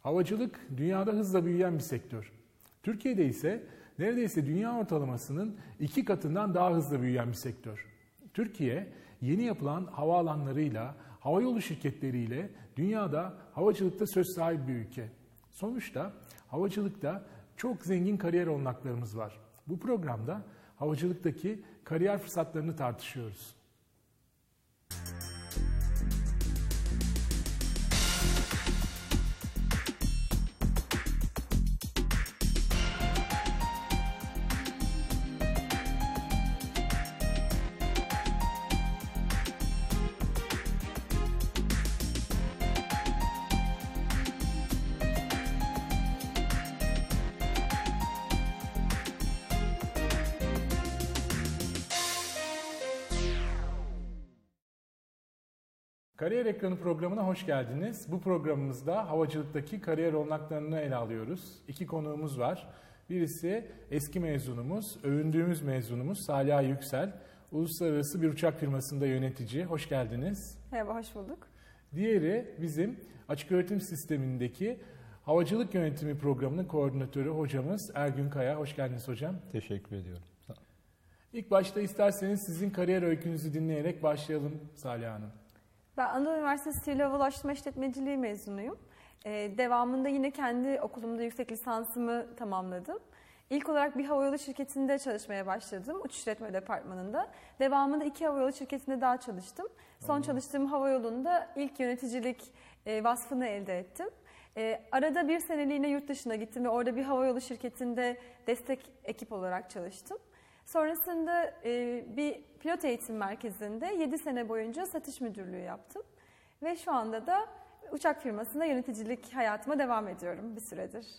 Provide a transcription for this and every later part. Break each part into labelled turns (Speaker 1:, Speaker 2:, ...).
Speaker 1: Havacılık dünyada hızla büyüyen bir sektör. Türkiye'de ise neredeyse dünya ortalamasının 2 katından daha hızlı büyüyen bir sektör. Türkiye yeni yapılan havaalanlarıyla, havayolu şirketleriyle dünyada havacılıkta söz sahibi bir ülke. Sonuçta havacılıkta çok zengin kariyer olanaklarımız var. Bu programda havacılıktaki kariyer fırsatlarını tartışıyoruz. Kariyer Ekranı programına hoş geldiniz. Bu programımızda havacılıktaki kariyer olanaklarını ele alıyoruz. 2 konuğumuz var. Birisi eski mezunumuz, övündüğümüz mezunumuz Saliha Yüksel. Uluslararası bir uçak firmasında yönetici. Hoş geldiniz.
Speaker 2: Merhaba, hoş bulduk.
Speaker 1: Diğeri bizim açık öğretim sistemindeki havacılık yönetimi programının koordinatörü hocamız Ergün Kaya. Hoş geldiniz hocam.
Speaker 3: Teşekkür ediyorum.
Speaker 1: İlk başta isterseniz sizin kariyer öykünüzü dinleyerek başlayalım Saliha Hanım.
Speaker 2: Ben Anadolu Üniversitesi Sivil Hava Ulaştırma İşletmeciliği mezunuyum. Devamında yine kendi okulumda yüksek lisansımı tamamladım. İlk olarak bir havayolu şirketinde çalışmaya başladım, uçuş işletme departmanında. Devamında 2 havayolu şirketinde daha çalıştım. Son çalıştığım havayolunda ilk yöneticilik vasfını elde ettim. Arada 1 seneliğine yurt dışına gittim ve orada bir havayolu şirketinde destek ekip olarak çalıştım. Sonrasında bir pilot eğitim merkezinde 7 sene boyunca satış müdürlüğü yaptım. Ve şu anda da uçak firmasında yöneticilik hayatıma devam ediyorum bir süredir.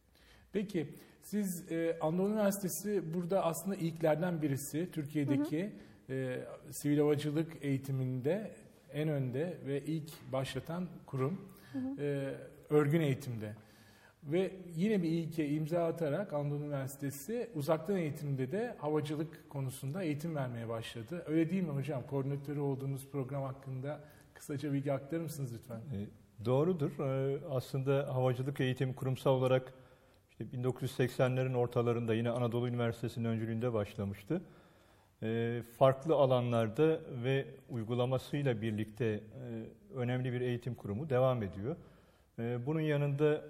Speaker 1: Peki siz Anadolu Üniversitesi burada aslında ilklerden birisi. Türkiye'deki sivil havacılık eğitiminde en önde ve ilk başlatan kurum örgün eğitimde. Ve yine bir ilke imza atarak Anadolu Üniversitesi uzaktan eğitimde de havacılık konusunda eğitim vermeye başladı. Öyle değil mi hocam? Koordinatörü olduğunuz program hakkında kısaca bilgi aktarır mısınız lütfen?
Speaker 3: Doğrudur. Aslında havacılık eğitimi kurumsal olarak işte 1980'lerin ortalarında yine Anadolu Üniversitesi'nin öncülüğünde başlamıştı. Farklı alanlarda ve uygulamasıyla birlikte önemli bir eğitim kurumu devam ediyor. Bunun yanında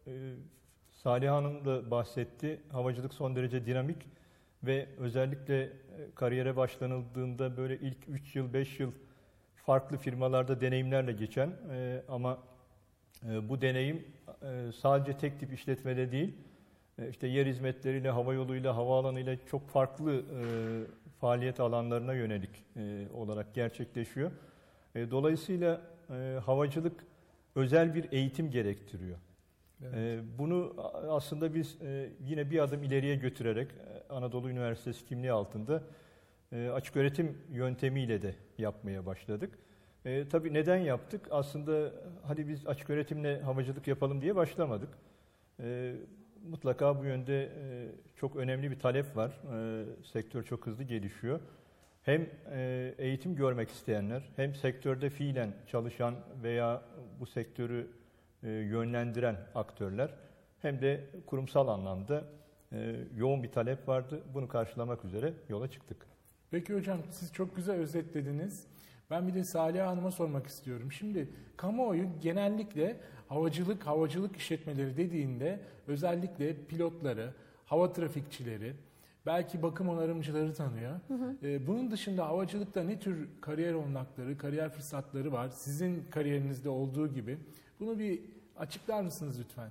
Speaker 3: Salih Hanım da bahsetti. Havacılık son derece dinamik ve özellikle kariyere başlanıldığında böyle ilk 3 yıl, 5 yıl farklı firmalarda deneyimlerle geçen ama bu deneyim sadece tek tip işletmede değil, işte yer hizmetleriyle, havayoluyla, havaalanıyla çok farklı faaliyet alanlarına yönelik olarak gerçekleşiyor. Dolayısıyla havacılık özel bir eğitim gerektiriyor. Evet. Bunu aslında biz yine bir adım ileriye götürerek Anadolu Üniversitesi kimliği altında açık öğretim yöntemiyle de yapmaya başladık. Tabii neden yaptık? Aslında hadi biz açık öğretimle havacılık yapalım diye başlamadık. Mutlaka bu yönde çok önemli bir talep var. Sektör çok hızlı gelişiyor. Hem eğitim görmek isteyenler, hem sektörde fiilen çalışan veya bu sektörü yönlendiren aktörler, hem de kurumsal anlamda yoğun bir talep vardı. Bunu karşılamak üzere yola çıktık.
Speaker 1: Peki hocam, siz çok güzel özetlediniz. Ben bir de Salih Hanım'a sormak istiyorum. Şimdi kamuoyu genellikle havacılık işletmeleri dediğinde özellikle pilotları, hava trafikçileri, belki bakım onarımcıları tanıyor. Bunun dışında havacılıkta ne tür kariyer olanakları, kariyer fırsatları var? Sizin kariyerinizde olduğu gibi. Bunu bir açıklar mısınız lütfen?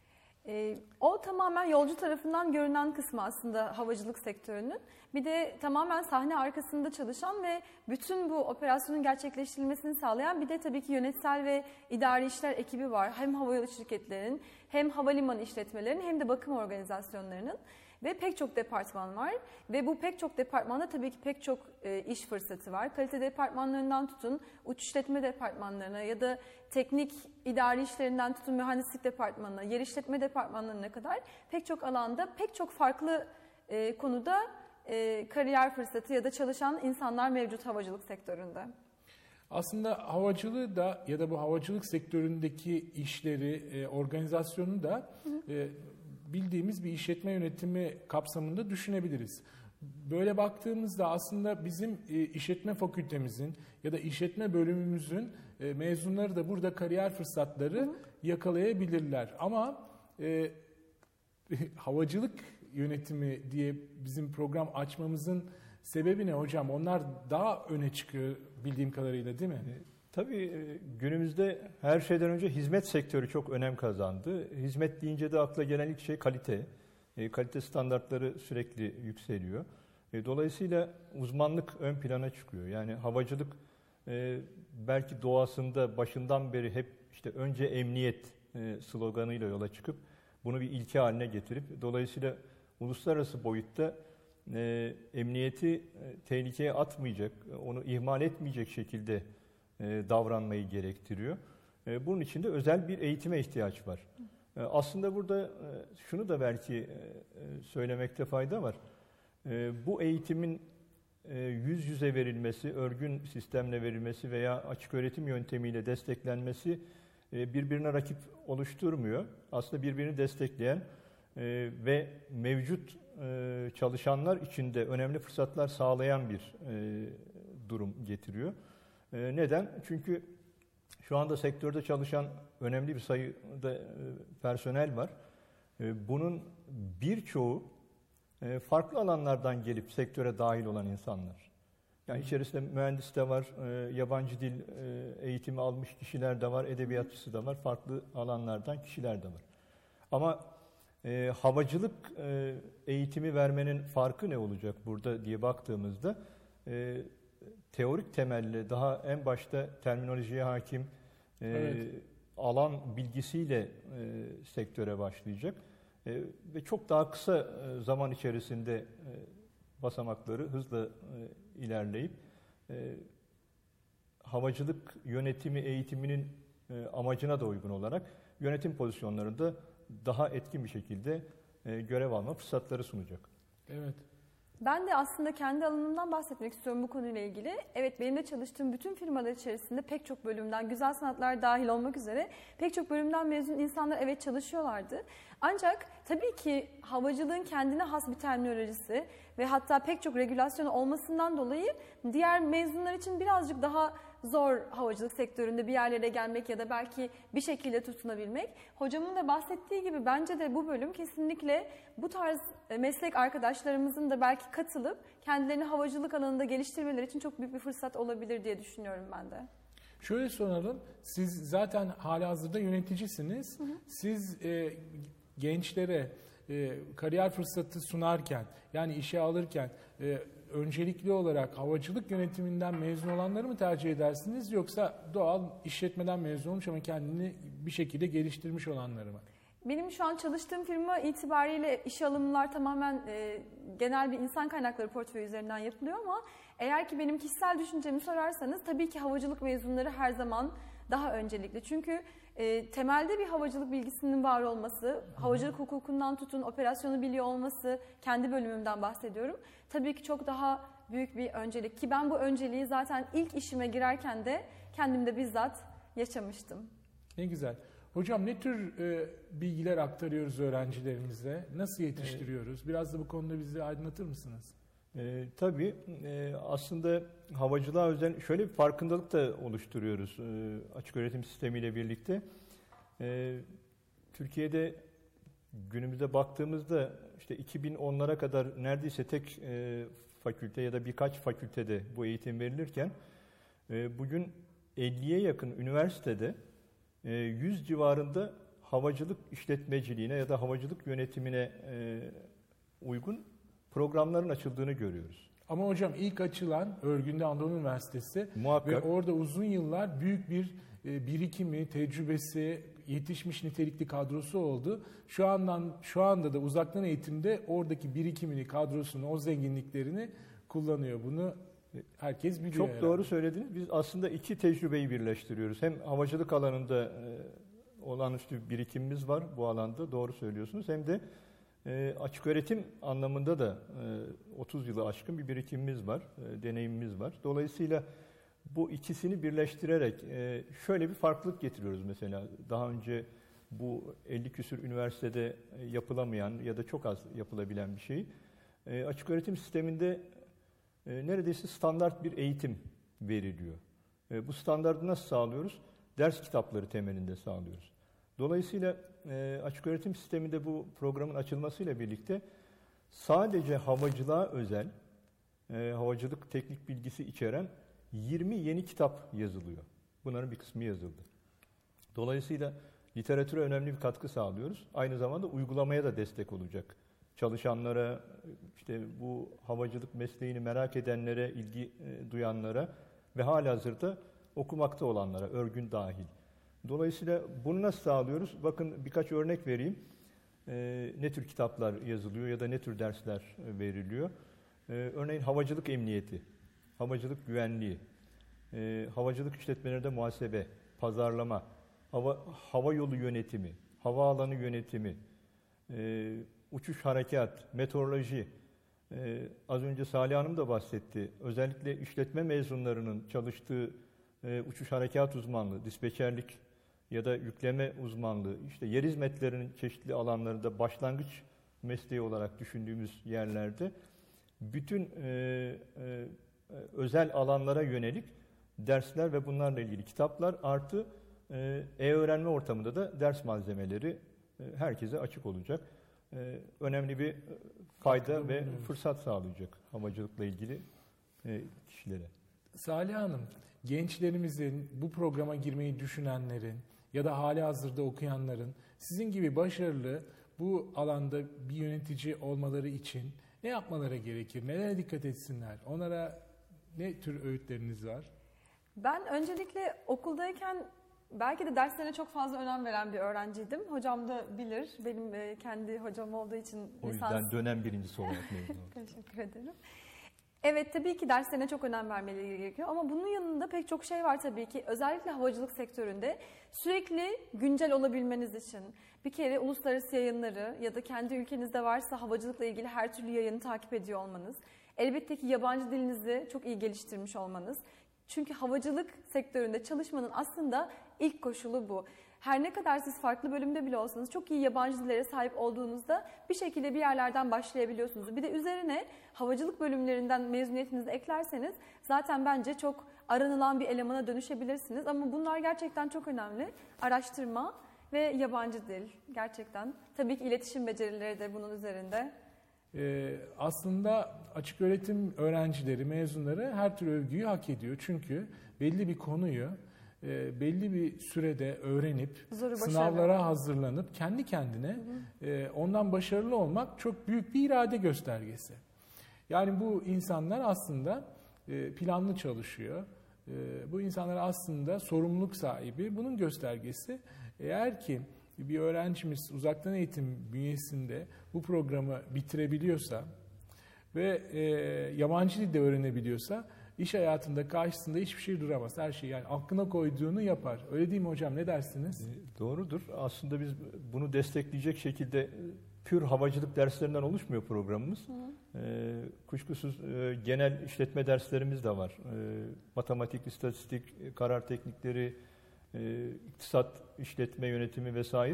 Speaker 2: O tamamen yolcu tarafından görünen kısmı aslında havacılık sektörünün. Bir de tamamen sahne arkasında çalışan ve bütün bu operasyonun gerçekleştirilmesini sağlayan bir de tabii ki yönetsel ve idari işler ekibi var. Hem havayolu şirketlerinin, hem havalimanı işletmelerinin, hem de bakım organizasyonlarının. Ve pek çok departman var ve bu pek çok departmanda tabii ki pek çok iş fırsatı var. Kalite departmanlarından tutun, uçuş işletme departmanlarına ya da teknik idari işlerinden tutun mühendislik departmanına, yer işletme departmanlarına kadar pek çok alanda, pek çok farklı konuda kariyer fırsatı ya da çalışan insanlar mevcut havacılık sektöründe.
Speaker 1: Aslında havacılığı da ya da bu havacılık sektöründeki işleri, organizasyonu da bildiğimiz bir işletme yönetimi kapsamında düşünebiliriz. Böyle baktığımızda aslında bizim işletme fakültemizin ya da işletme bölümümüzün mezunları da burada kariyer fırsatları yakalayabilirler. Ama havacılık yönetimi diye bizim program açmamızın sebebi ne hocam? Onlar daha öne çıkıyor bildiğim kadarıyla, değil mi?
Speaker 3: Tabii günümüzde her şeyden önce hizmet sektörü çok önem kazandı. Hizmet deyince de akla gelen ilk şey kalite. Kalite standartları sürekli yükseliyor. Dolayısıyla uzmanlık ön plana çıkıyor. Yani havacılık belki doğasında başından beri hep işte önce emniyet sloganıyla yola çıkıp bunu bir ilke haline getirip dolayısıyla uluslararası boyutta emniyeti tehlikeye atmayacak, onu ihmal etmeyecek şekilde davranmayı gerektiriyor. Bunun için de özel bir eğitime ihtiyaç var. Aslında burada şunu da belki söylemekte fayda var. Bu eğitimin yüz yüze verilmesi, örgün sistemle verilmesi veya açık öğretim yöntemiyle desteklenmesi birbirine rakip oluşturmuyor. Aslında birbirini destekleyen ve mevcut çalışanlar için de önemli fırsatlar sağlayan bir durum getiriyor. Neden? Çünkü şu anda sektörde çalışan önemli bir sayıda personel var. Bunun birçoğu farklı alanlardan gelip sektöre dahil olan insanlar. Yani içerisinde mühendis de var, yabancı dil eğitimi almış kişiler de var, edebiyatçısı da var, farklı alanlardan kişiler de var. Ama havacılık eğitimi vermenin farkı ne olacak burada diye baktığımızda teorik temelli daha en başta terminolojiye hakim alan bilgisiyle sektöre başlayacak ve çok daha kısa zaman içerisinde basamakları hızla ilerleyip havacılık yönetimi eğitiminin amacına da uygun olarak yönetim pozisyonlarında daha etkin bir şekilde görev alma fırsatları sunacak.
Speaker 1: Evet.
Speaker 2: Ben de aslında kendi alanımdan bahsetmek istiyorum bu konuyla ilgili. Evet, benim de çalıştığım bütün firmalar içerisinde pek çok bölümden, güzel sanatlar dahil olmak üzere pek çok bölümden mezun insanlar evet çalışıyorlardı. Ancak tabii ki havacılığın kendine has bir terminolojisi ve hatta pek çok regülasyonu olmasından dolayı diğer mezunlar için birazcık daha zor havacılık sektöründe bir yerlere gelmek ya da belki bir şekilde tutunabilmek. Hocamın da bahsettiği gibi bence de bu bölüm kesinlikle bu tarz meslek arkadaşlarımızın da belki katılıp kendilerini havacılık alanında geliştirmeleri için çok büyük bir fırsat olabilir diye düşünüyorum ben de.
Speaker 1: Şöyle soralım, siz zaten halihazırda yöneticisiniz. Siz gençlere kariyer fırsatı sunarken, yani işe alırken öncelikli olarak havacılık yönetiminden mezun olanları mı tercih edersiniz, yoksa doğal işletmeden mezun olmuş ama kendini bir şekilde geliştirmiş olanları mı?
Speaker 2: Benim şu an çalıştığım firma itibariyle işe alımlar tamamen genel bir insan kaynakları portföyü üzerinden yapılıyor ama eğer ki benim kişisel düşüncemi sorarsanız tabii ki havacılık mezunları her zaman daha öncelikli. Çünkü temelde bir havacılık bilgisinin var olması, havacılık hukukundan tutun operasyonu biliyor olması, kendi bölümümden bahsediyorum. Tabii ki çok daha büyük bir öncelik ki ben bu önceliği zaten ilk işime girerken de kendimde bizzat yaşamıştım.
Speaker 1: Ne güzel. Hocam ne tür bilgiler aktarıyoruz öğrencilerimize? Nasıl yetiştiriyoruz? Biraz da bu konuda bizi aydınlatır mısınız?
Speaker 3: Tabii aslında havacılığa özel şöyle bir farkındalık da oluşturuyoruz açık öğretim sistemiyle birlikte. Türkiye'de günümüzde baktığımızda işte 2010'lara kadar neredeyse tek fakülte ya da birkaç fakültede bu eğitim verilirken bugün 50'ye yakın üniversitede 100 civarında havacılık işletmeciliğine ya da havacılık yönetimine uygun programların açıldığını görüyoruz.
Speaker 1: Ama hocam ilk açılan Örgün'de Anadolu Üniversitesi
Speaker 3: Muhakkak.
Speaker 1: Ve orada uzun yıllar büyük bir birikimi, tecrübesi, yetişmiş nitelikli kadrosu oldu. Şu anda da uzaktan eğitimde oradaki birikimini, kadrosunu, o zenginliklerini kullanıyor. Bunu herkes biliyor.
Speaker 3: Çok
Speaker 1: herhalde.
Speaker 3: doğru söylediniz. Biz aslında iki tecrübeyi birleştiriyoruz. Hem havacılık alanında olağanüstü bir birikimimiz var bu alanda, doğru söylüyorsunuz. Hem de açık öğretim anlamında da 30 yılı aşkın bir birikimimiz var, deneyimimiz var. Dolayısıyla bu ikisini birleştirerek şöyle bir farklılık getiriyoruz mesela. Daha önce bu 50 küsur üniversitede yapılamayan ya da çok az yapılabilen bir şey. Açık öğretim sisteminde neredeyse standart bir eğitim veriliyor. Bu standartı nasıl sağlıyoruz? Ders kitapları temelinde sağlıyoruz. Dolayısıyla açık öğretim sisteminde bu programın açılmasıyla birlikte sadece havacılığa özel, havacılık teknik bilgisi içeren 20 yeni kitap yazılıyor. Bunların bir kısmı yazıldı. Dolayısıyla literatüre önemli bir katkı sağlıyoruz. Aynı zamanda uygulamaya da destek olacak. Çalışanlara, işte bu havacılık mesleğini merak edenlere, ilgi duyanlara ve halihazırda okumakta olanlara, örgün dahil. Dolayısıyla bunu nasıl sağlıyoruz? Bakın birkaç örnek vereyim. Ne tür kitaplar yazılıyor ya da ne tür dersler veriliyor? Örneğin havacılık emniyeti, havacılık güvenliği, havacılık işletmelerinde muhasebe, pazarlama, hava yolu yönetimi, havaalanı yönetimi, uçuş harekat, meteoroloji. Az önce Salih Hanım da bahsetti. Özellikle işletme mezunlarının çalıştığı uçuş harekat uzmanlığı, dispetçerlik ya da yükleme uzmanlığı, işte yer hizmetlerinin çeşitli alanlarında başlangıç mesleği olarak düşündüğümüz yerlerde bütün özel alanlara yönelik dersler ve bunlarla ilgili kitaplar artı e-öğrenme ortamında da ders malzemeleri herkese açık olacak. Önemli bir fayda ve fırsat sağlayacak havacılıkla ilgili kişilere.
Speaker 1: Salih Hanım, gençlerimizin, bu programa girmeyi düşünenlerin ya da hali hazırda okuyanların sizin gibi başarılı bu alanda bir yönetici olmaları için ne yapmaları gerekir? Nelere dikkat etsinler? Onlara ne tür öğütleriniz var?
Speaker 2: Ben öncelikle okuldayken belki de derslerine çok fazla önem veren bir öğrenciydim. Hocam da bilir. Benim kendi hocam olduğu için
Speaker 3: O yüzden dönem birincisi olarak mezun oldum.
Speaker 2: Teşekkür ederim. Evet, tabii ki derslerine çok önem vermeleri gerekiyor ama bunun yanında pek çok şey var tabii ki. Özellikle havacılık sektöründe sürekli güncel olabilmeniz için bir kere uluslararası yayınları ya da kendi ülkenizde varsa havacılıkla ilgili her türlü yayını takip ediyor olmanız. Elbette ki yabancı dilinizi çok iyi geliştirmiş olmanız. Çünkü havacılık sektöründe çalışmanın aslında ilk koşulu bu. Her ne kadar siz farklı bölümde bile olsanız çok iyi yabancı dillere sahip olduğunuzda bir şekilde bir yerlerden başlayabiliyorsunuz. Bir de üzerine havacılık bölümlerinden mezuniyetinizi eklerseniz zaten bence çok aranılan bir elemana dönüşebilirsiniz. Ama bunlar gerçekten çok önemli. Araştırma ve yabancı dil gerçekten. Tabii ki iletişim becerileri de bunun üzerinde.
Speaker 1: Aslında açık öğretim öğrencileri, mezunları her tür övgüyü hak ediyor. Çünkü belli bir konuyu belli bir sürede öğrenip, sınavlara hazırlanıp kendi kendine ondan başarılı olmak çok büyük bir irade göstergesi. Yani bu insanlar aslında planlı çalışıyor. Bu insanlar aslında sorumluluk sahibi. Bunun göstergesi eğer ki bir öğrencimiz uzaktan eğitim bünyesinde bu programı bitirebiliyorsa ve yabancı dilde öğrenebiliyorsa iş hayatında karşısında hiçbir şey duramaz. Her şey yani aklına koyduğunu yapar. Öyle değil mi hocam? Ne dersiniz?
Speaker 3: Doğrudur. Aslında biz bunu destekleyecek şekilde pür havacılık derslerinden oluşmuyor programımız. Kuşkusuz genel işletme derslerimiz de var. Matematik, istatistik, karar teknikleri, iktisat, işletme yönetimi vesaire.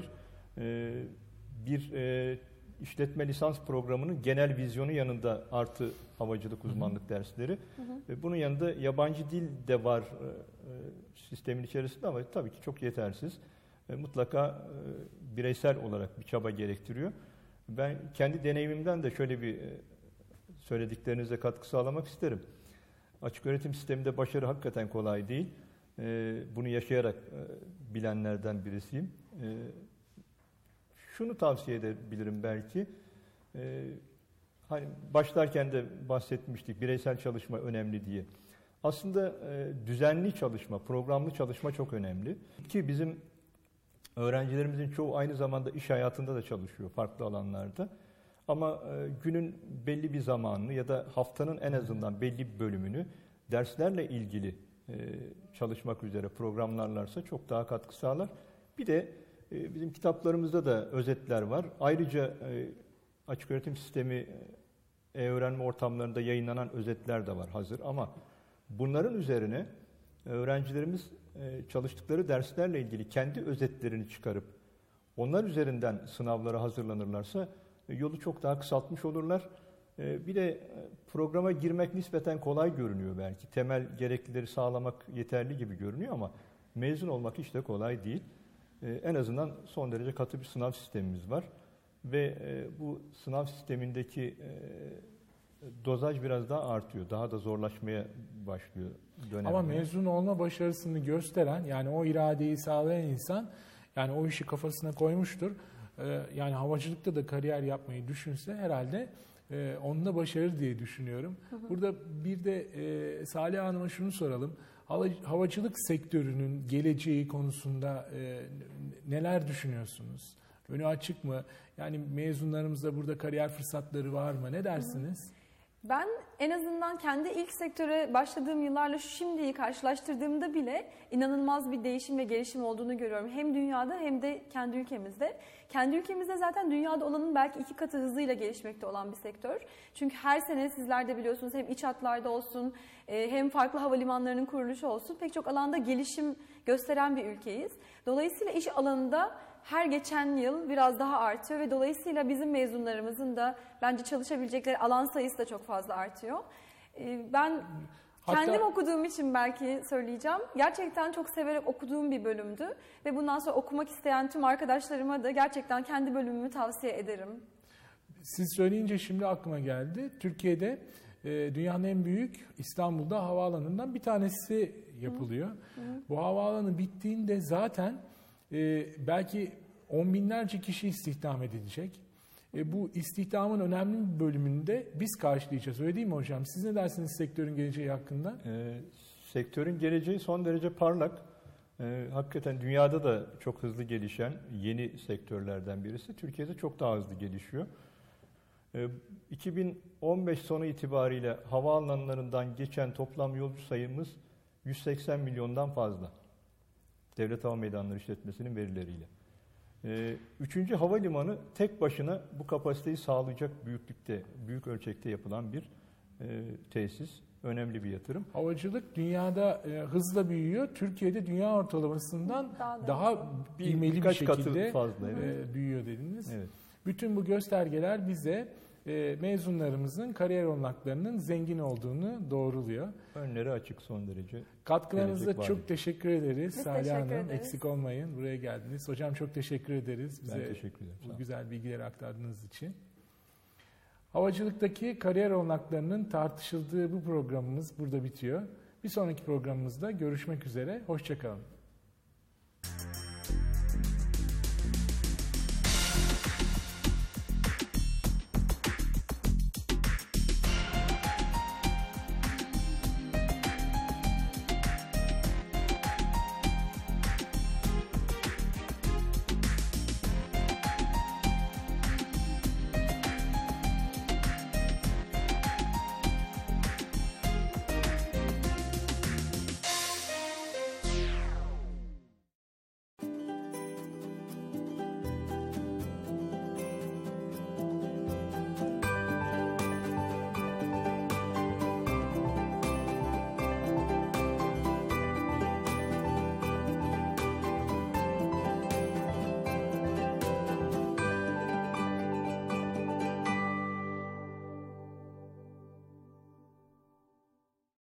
Speaker 3: Bir işletme lisans programının genel vizyonu yanında artı havacılık uzmanlık dersleri. Bunun yanında yabancı dil de var sistemin içerisinde ama tabii ki çok yetersiz. Mutlaka bireysel olarak bir çaba gerektiriyor. Ben kendi deneyimimden de şöyle bir söylediklerinize katkı sağlamak isterim. Açık öğretim sisteminde başarı hakikaten kolay değil. Bunu yaşayarak bilenlerden birisiyim. Şunu tavsiye edebilirim belki. Hani başlarken de bahsetmiştik, bireysel çalışma önemli diye. Aslında düzenli çalışma, programlı çalışma çok önemli. Ki bizim öğrencilerimizin çoğu aynı zamanda iş hayatında da çalışıyor farklı alanlarda. Ama günün belli bir zamanını ya da haftanın en azından belli bir bölümünü derslerle ilgili çalışmak üzere programlarlarsa çok daha katkı sağlar. Bir de bizim kitaplarımızda da özetler var. Ayrıca açık öğretim sistemi öğrenme ortamlarında yayınlanan özetler de var hazır. Ama bunların üzerine öğrencilerimiz çalıştıkları derslerle ilgili kendi özetlerini çıkarıp onlar üzerinden sınavlara hazırlanırlarsa yolu çok daha kısaltmış olurlar. Bir de programa girmek nispeten kolay görünüyor belki. Temel gereklileri sağlamak yeterli gibi görünüyor ama mezun olmak hiç de kolay değil. En azından son derece katı bir sınav sistemimiz var. Ve bu sınav sistemindeki dozaj biraz daha artıyor. Daha da zorlaşmaya başlıyor dönemde.
Speaker 1: Ama mezun olma başarısını gösteren, yani o iradeyi sağlayan insan, yani o işi kafasına koymuştur. Yani havacılıkta da kariyer yapmayı düşünse herhalde onu da başarır diye düşünüyorum. Burada bir de Salih Hanım'a şunu soralım. Havacılık sektörünün geleceği konusunda neler düşünüyorsunuz? Önü açık mı? Yani mezunlarımızda burada kariyer fırsatları var mı? Ne dersiniz?
Speaker 2: Ben en azından kendi ilk sektöre başladığım yıllarla şimdiyi karşılaştırdığımda bile inanılmaz bir değişim ve gelişim olduğunu görüyorum. Hem dünyada hem de kendi ülkemizde. Kendi ülkemizde zaten dünyada olanın belki 2 katı hızıyla gelişmekte olan bir sektör. Çünkü her sene sizler de biliyorsunuz hem iç hatlarda olsun hem farklı havalimanlarının kuruluşu olsun pek çok alanda gelişim gösteren bir ülkeyiz. Dolayısıyla iş alanında her geçen yıl biraz daha artıyor ve dolayısıyla bizim mezunlarımızın da bence çalışabilecekleri alan sayısı da çok fazla artıyor. Ben kendim okuduğum için belki söyleyeceğim. Gerçekten çok severek okuduğum bir bölümdü ve bundan sonra okumak isteyen tüm arkadaşlarıma da gerçekten kendi bölümümü tavsiye ederim.
Speaker 1: Siz söyleyince şimdi aklıma geldi. Türkiye'de dünyanın en büyük İstanbul'da havaalanından bir tanesi yapılıyor. Bu havaalanı bittiğinde zaten belki on binlerce kişi istihdam edilecek. Bu istihdamın önemli bir bölümünü de biz karşılayacağız. Öyle değil mi hocam? Siz ne dersiniz sektörün geleceği hakkında?
Speaker 3: Sektörün geleceği son derece parlak. Hakikaten dünyada da çok hızlı gelişen yeni sektörlerden birisi. Türkiye'de çok daha hızlı gelişiyor. 2015 sonu itibariyle havaalanlarından geçen toplam yolcu sayımız 180 milyondan fazla. Devlet Hava Meydanları İşletmesi'nin verileriyle. 3. havalimanı tek başına bu kapasiteyi sağlayacak büyüklükte, büyük ölçekte yapılan bir tesis. Önemli bir yatırım.
Speaker 1: Havacılık dünyada hızla büyüyor. Türkiye'de dünya ortalamasından daha ivmeli bir şekilde
Speaker 3: fazla, evet.
Speaker 1: Büyüyor dediniz.
Speaker 3: Evet.
Speaker 1: Bütün bu göstergeler bize mezunlarımızın kariyer olanaklarının zengin olduğunu doğruluyor.
Speaker 3: Önleri açık son derece.
Speaker 1: Katkılarınıza çok teşekkür ederiz.
Speaker 2: Biz
Speaker 1: Salih
Speaker 2: teşekkür
Speaker 1: Hanım
Speaker 2: ederiz.
Speaker 1: eksik olmayın. Buraya geldiniz. Hocam çok teşekkür ederiz. Bize
Speaker 3: Ben teşekkür ederim.
Speaker 1: bu güzel bilgileri aktardığınız için. Havacılıktaki kariyer olanaklarının tartışıldığı bu programımız burada bitiyor. Bir sonraki programımızda görüşmek üzere. Hoşça kalın.